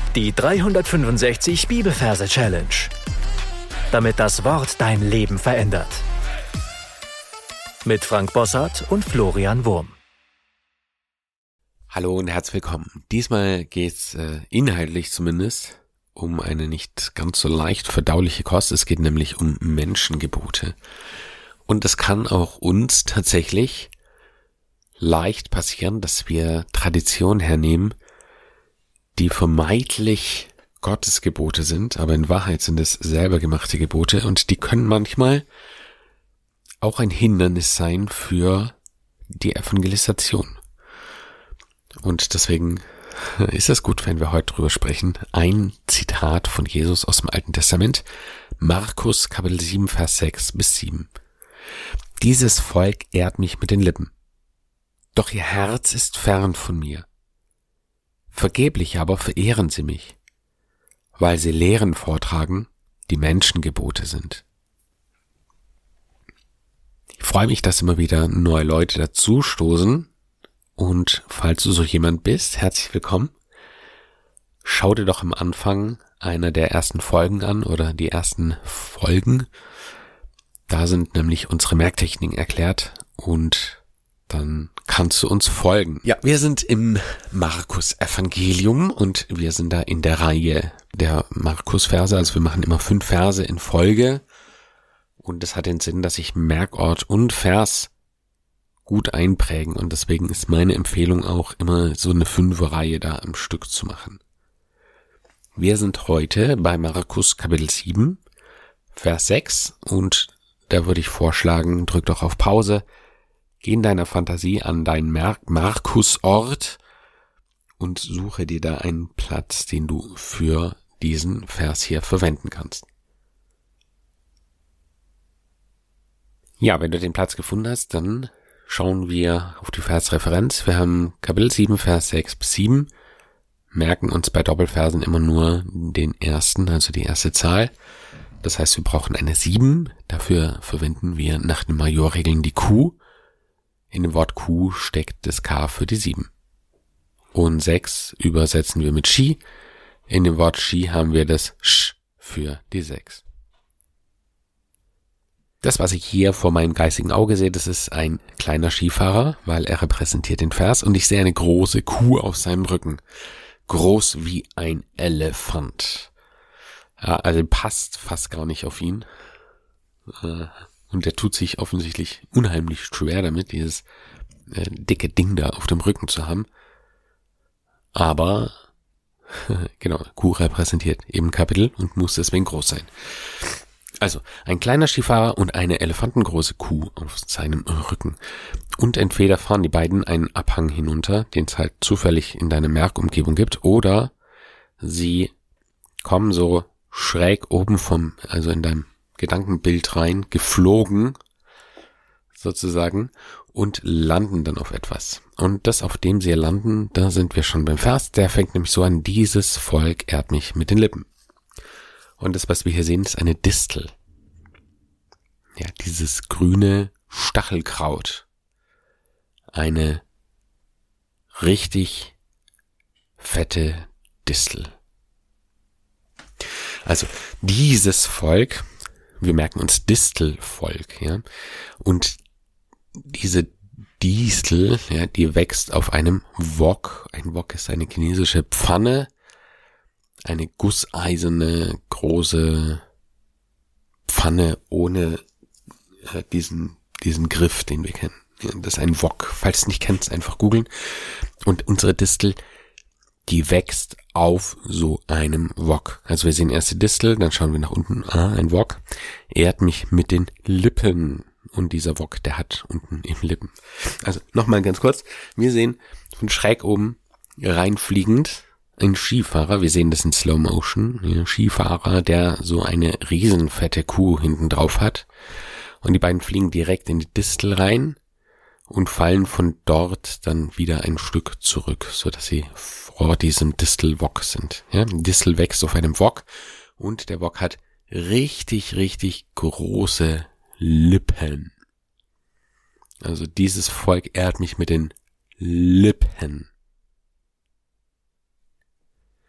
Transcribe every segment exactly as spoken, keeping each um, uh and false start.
Die dreihundertfünfundsechzig Bibelverse Challenge. Damit das Wort dein Leben verändert. Mit Frank Bossart und Florian Wurm. Hallo und herzlich willkommen. Diesmal geht's äh, inhaltlich zumindest um eine nicht ganz so leicht verdauliche Kost. Es geht nämlich um Menschengebote. Und es kann auch uns tatsächlich leicht passieren, dass wir Tradition hernehmen, die vermeintlich Gottes Gebote sind, aber in Wahrheit sind es selber gemachte Gebote und die können manchmal auch ein Hindernis sein für die Evangelisation. Und deswegen ist es gut, wenn wir heute drüber sprechen. Ein Zitat von Jesus aus dem Alten Testament, Markus Kapitel sieben, Vers sechs bis sieben. Dieses Volk ehrt mich mit den Lippen, doch ihr Herz ist fern von mir. Vergeblich aber verehren sie mich, weil sie Lehren vortragen, die Menschengebote sind. Ich freue mich, dass immer wieder neue Leute dazustoßen. Und falls du so jemand bist, herzlich willkommen. Schau dir doch am Anfang einer der ersten Folgen an oder die ersten Folgen. Da sind nämlich unsere Merktechniken erklärt und dann kannst du uns folgen. Ja, wir sind im Markus-Evangelium und wir sind da in der Reihe der Markus-Verse. Also wir machen immer fünf Verse in Folge und das hat den Sinn, dass sich Merkort und Vers gut einprägen und deswegen ist meine Empfehlung auch immer so eine Fünfer-Reihe da am Stück zu machen. Wir sind heute bei Markus Kapitel sieben, Vers sechs und da würde ich vorschlagen, drück doch auf Pause. Geh in deiner Fantasie an deinen Mar- Markusort und suche dir da einen Platz, den du für diesen Vers hier verwenden kannst. Ja, wenn du den Platz gefunden hast, dann schauen wir auf die Versreferenz. Wir haben Kapitel sieben, Vers sechs bis sieben, merken uns bei Doppelversen immer nur den ersten, also die erste Zahl. Das heißt, wir brauchen eine sieben. Dafür verwenden wir nach den Majorregeln die Q. In dem Wort Q steckt das K für die sieben. Und sechs übersetzen wir mit Chi. In dem Wort Chi haben wir das Sch für die sechs. Das, was ich hier vor meinem geistigen Auge sehe, das ist ein kleiner Skifahrer, weil er repräsentiert den Vers. Und ich sehe eine große Kuh auf seinem Rücken. Groß wie ein Elefant. Ja, also passt fast gar nicht auf ihn. Äh, Und der tut sich offensichtlich unheimlich schwer damit, dieses äh, dicke Ding da auf dem Rücken zu haben. Aber, genau, Kuh repräsentiert eben Kapitel und muss deswegen groß sein. Also, ein kleiner Skifahrer und eine elefantengroße Kuh auf seinem Rücken. Und entweder fahren die beiden einen Abhang hinunter, den es halt zufällig in deiner Merkumgebung gibt, oder sie kommen so schräg oben vom, also in deinem Gedankenbild rein, geflogen, sozusagen, und landen dann auf etwas. Und das, auf dem sie landen, da sind wir schon beim Vers, der fängt nämlich so an, dieses Volk ehrt mich mit den Lippen. Und das, was wir hier sehen, ist eine Distel. Ja, dieses grüne Stachelkraut. Eine richtig fette Distel. Also, dieses Volk, wir merken uns Distelvolk, ja. Und diese Distel, ja, die wächst auf einem Wok. Ein Wok ist eine chinesische Pfanne, eine gusseiserne, große Pfanne ohne äh, diesen, diesen Griff, den wir kennen. Ja, das ist ein Wok. Falls du es nicht kennst, einfach googeln. Und unsere Distel, die wächst auf so einem Wok. Also wir sehen erst die Distel, dann schauen wir nach unten, ah, ein Wok, ehrt mich mit den Lippen. Und dieser Wok, der hat unten eben Lippen. Also nochmal ganz kurz, wir sehen von schräg oben reinfliegend ein Skifahrer, wir sehen das in Slow Motion, ein Skifahrer, der so eine riesenfette Kuh hinten drauf hat. Und die beiden fliegen direkt in die Distel rein und fallen von dort dann wieder ein Stück zurück, so dass sie vor diesem Distelwok sind. Ja, die Distel wächst auf einem Wok und der Wok hat richtig, richtig große Lippen. Also dieses Volk ehrt mich mit den Lippen.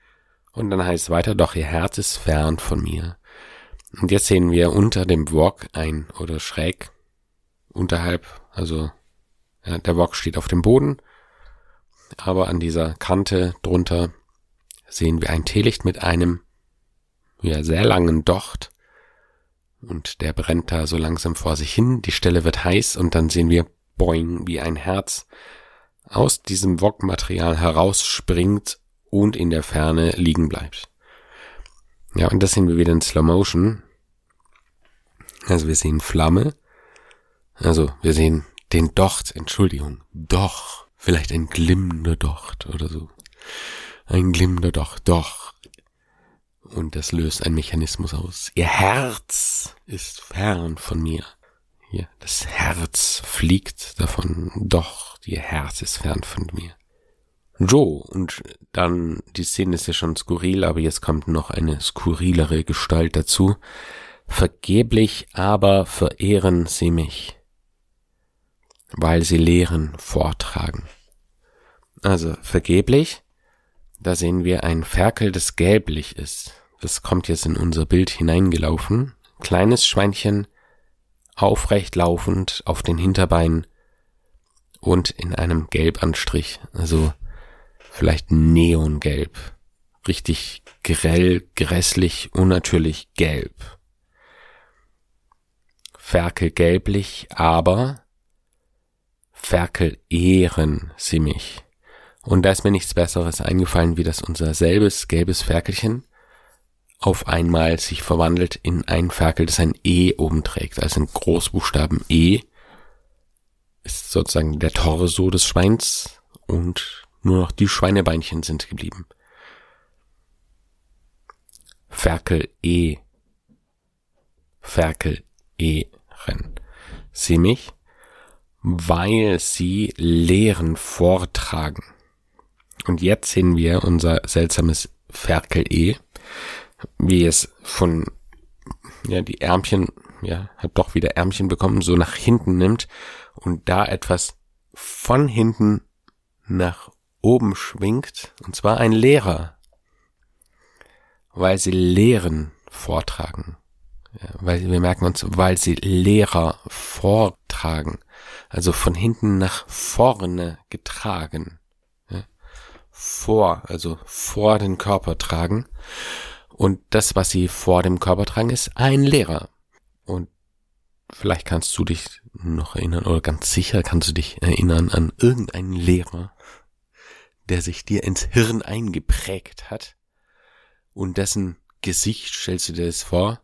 Und dann heißt es weiter, doch ihr Herz ist fern von mir. Und jetzt sehen wir unter dem Wok ein, oder schräg unterhalb, also ja, der Wok steht auf dem Boden, aber an dieser Kante drunter sehen wir ein Teelicht mit einem ja, sehr langen Docht. Und der brennt da so langsam vor sich hin. Die Stelle wird heiß und dann sehen wir, boing, wie ein Herz aus diesem Wok-Material herausspringt und in der Ferne liegen bleibt. Ja, und das sehen wir wieder in Slow Motion. Also wir sehen Flamme. Also wir sehen den Docht, Entschuldigung, doch, vielleicht ein glimmender Docht oder so. Ein glimmender Docht, doch. Und das löst einen Mechanismus aus. Ihr Herz ist fern von mir. Ja, das Herz fliegt davon, doch, ihr Herz ist fern von mir. So, und dann, die Szene ist ja schon skurril, aber jetzt kommt noch eine skurrilere Gestalt dazu. Vergeblich aber verehren sie mich, weil sie Lehren vortragen. Also vergeblich, da sehen wir ein Ferkel, das gelblich ist. Das kommt jetzt in unser Bild hineingelaufen. Kleines Schweinchen, aufrecht laufend auf den Hinterbeinen und in einem Gelbanstrich, also vielleicht neongelb. Richtig grell, grässlich, unnatürlich gelb. Ferkel gelblich, aber Ferkel ehren sie mich. Und da ist mir nichts Besseres eingefallen, wie das unser selbes gelbes Ferkelchen auf einmal sich verwandelt in ein Ferkel, das ein E oben trägt. Also ein Großbuchstaben E ist sozusagen der Torso des Schweins und nur noch die Schweinebeinchen sind geblieben. Ferkel E. Ferkel ehren sie mich, weil sie Lehren vortragen. Und jetzt sehen wir unser seltsames Ferkel E, wie es von, ja, die Ärmchen, ja, hat doch wieder Ärmchen bekommen, so nach hinten nimmt und da etwas von hinten nach oben schwingt, und zwar ein Lehrer, weil sie Lehren vortragen. Ja, weil wir merken uns, weil sie Lehrer vortragen, also von hinten nach vorne getragen. Ja, vor, also vor den Körper tragen. Und das, was sie vor dem Körper tragen, ist ein Lehrer. Und vielleicht kannst du dich noch erinnern, oder ganz sicher kannst du dich erinnern an irgendeinen Lehrer, der sich dir ins Hirn eingeprägt hat. Und dessen Gesicht stellst du dir das vor.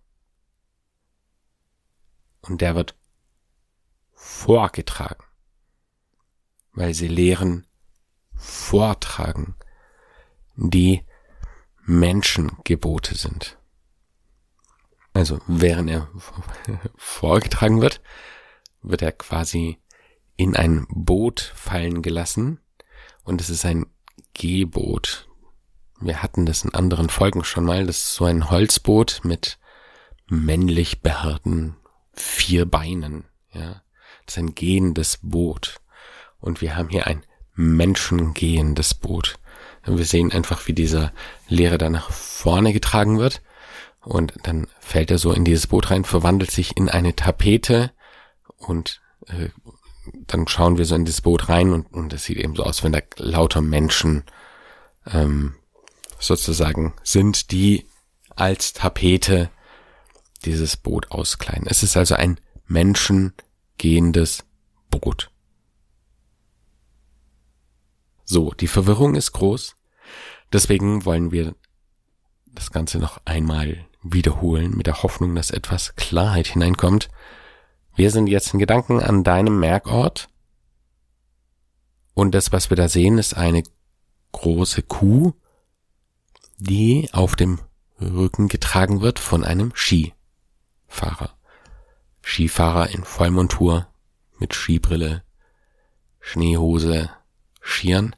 Und der wird vorgetragen, weil sie Lehren vortragen, die Menschengebote sind. Also während er vorgetragen wird, wird er quasi in ein Boot fallen gelassen und es ist ein Gehboot. Wir hatten das in anderen Folgen schon mal, das ist so ein Holzboot mit männlich behaarten vier Beinen, ja. Das ist ein gehendes Boot. Und wir haben hier ein menschengehendes Boot. Wir sehen einfach, wie dieser Lehrer da nach vorne getragen wird. Und dann fällt er so in dieses Boot rein, verwandelt sich in eine Tapete. Und äh, dann schauen wir so in das Boot rein und und es sieht eben so aus, wenn da lauter Menschen ähm, sozusagen sind, die als Tapete dieses Boot auskleiden. Es ist also ein menschengehendes Boot. So, die Verwirrung ist groß. Deswegen wollen wir das Ganze noch einmal wiederholen, mit der Hoffnung, dass etwas Klarheit hineinkommt. Wir sind jetzt in Gedanken an deinem Merkort. Und das, was wir da sehen, ist eine große Kuh, die auf dem Rücken getragen wird von einem Skifahrer. Skifahrer in Vollmontur mit Skibrille, Schneehose, Skiern.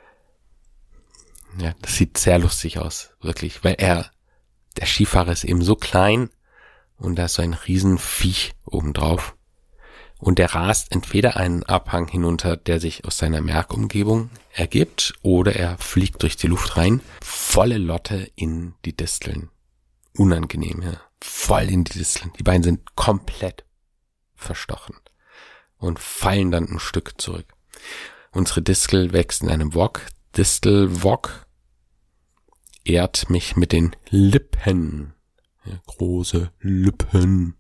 Ja, das sieht sehr lustig aus, wirklich, weil er, der Skifahrer ist eben so klein und da ist so ein Riesenviech obendrauf. Und der rast entweder einen Abhang hinunter, der sich aus seiner Merkumgebung ergibt, oder er fliegt durch die Luft rein, volle Lotte in die Disteln. Unangenehm, ja. Voll in die Disteln. Die Beine sind komplett verstochen und fallen dann ein Stück zurück. Unsere Distel wächst in einem Wok. Distelwok ehrt mich mit den Lippen. Ja, große Lippen.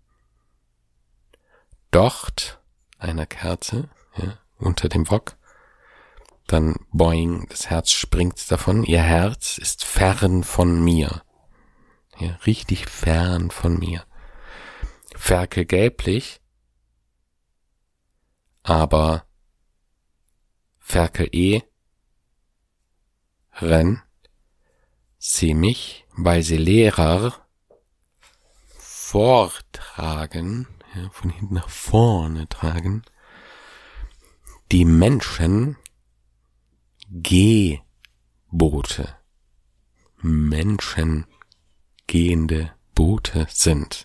Docht einer Kerze, ja, unter dem Wok. Dann boing, das Herz springt davon. Ihr Herz ist fern von mir. Ja, richtig fern von mir. Ferkel gelblich, aber Ferkel eh ren sie mich, weil sie Lehrer vortragen, ja, von hinten nach vorne tragen, die Menschen Gehboote, Menschen gehende Boote sind.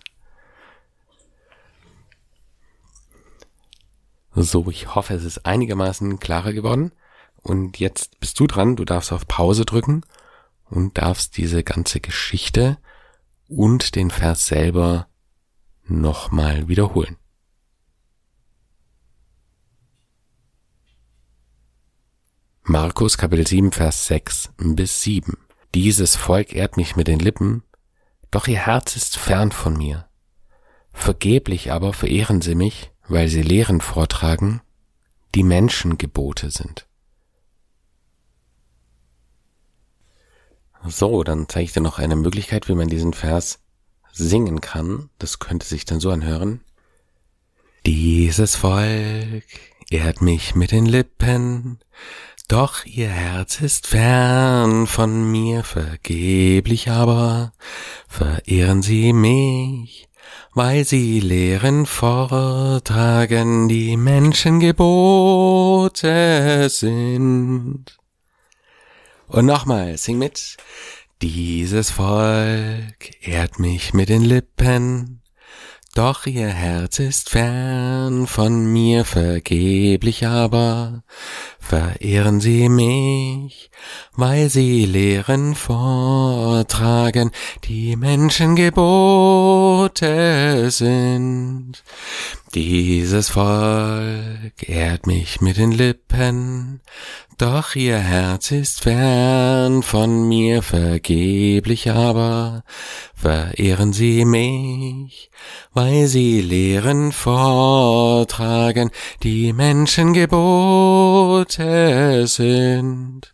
So, ich hoffe, es ist einigermaßen klarer geworden. Und jetzt bist du dran, du darfst auf Pause drücken und darfst diese ganze Geschichte und den Vers selber nochmal wiederholen. Markus Kapitel sieben, Vers sechs bis sieben. Dieses Volk ehrt mich mit den Lippen, doch ihr Herz ist fern von mir. Vergeblich aber verehren sie mich, weil sie Lehren vortragen, die Menschengebote sind. So, dann zeige ich dir noch eine Möglichkeit, wie man diesen Vers singen kann. Das könnte sich dann so anhören. Dieses Volk ehrt mich mit den Lippen, doch ihr Herz ist fern von mir, vergeblich aber verehren sie mich, weil sie Lehren vortragen, die Menschengebote sind. Und nochmal, sing mit. Dieses Volk ehrt mich mit den Lippen, doch ihr Herz ist fern von mir, vergeblich aber verehren sie mich, weil sie Lehren vortragen, die Menschengebote sind. Dieses Volk ehrt mich mit den Lippen, doch ihr Herz ist fern von mir, vergeblich aber verehren sie mich, weil sie Lehren vortragen, die Menschengebote sind.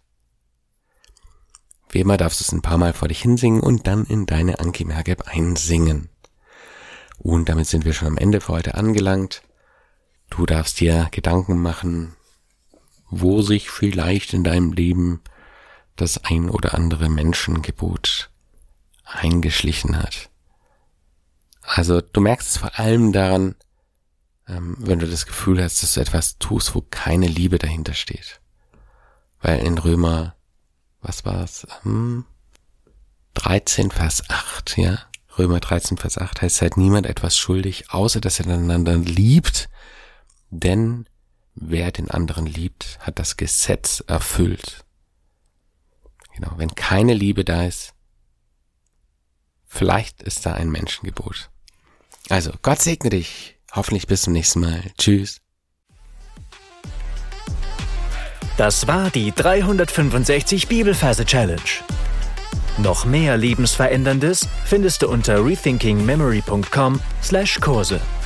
Wie immer darfst du es ein paar Mal vor dich hinsingen und dann in deine Anki-Merk-App einsingen. Und damit sind wir schon am Ende für heute angelangt. Du darfst dir Gedanken machen, wo sich vielleicht in deinem Leben das ein oder andere Menschengebot eingeschlichen hat. Also du merkst es vor allem daran, ähm, wenn du das Gefühl hast, dass du etwas tust, wo keine Liebe dahinter steht. Weil in Römer, was war es, ähm, dreizehn, Vers acht, ja, Römer dreizehn, Vers acht heißt, seid niemand etwas schuldig, außer dass ihr einander liebt, denn wer den anderen liebt, hat das Gesetz erfüllt. Genau, wenn keine Liebe da ist, vielleicht ist da ein Menschengebot. Also, Gott segne dich. Hoffentlich bis zum nächsten Mal. Tschüss. Das war die dreihundertfünfundsechzig Bibelverse Challenge. Noch mehr Lebensveränderndes findest du unter rethinkingmemory punkt com slash Kurse.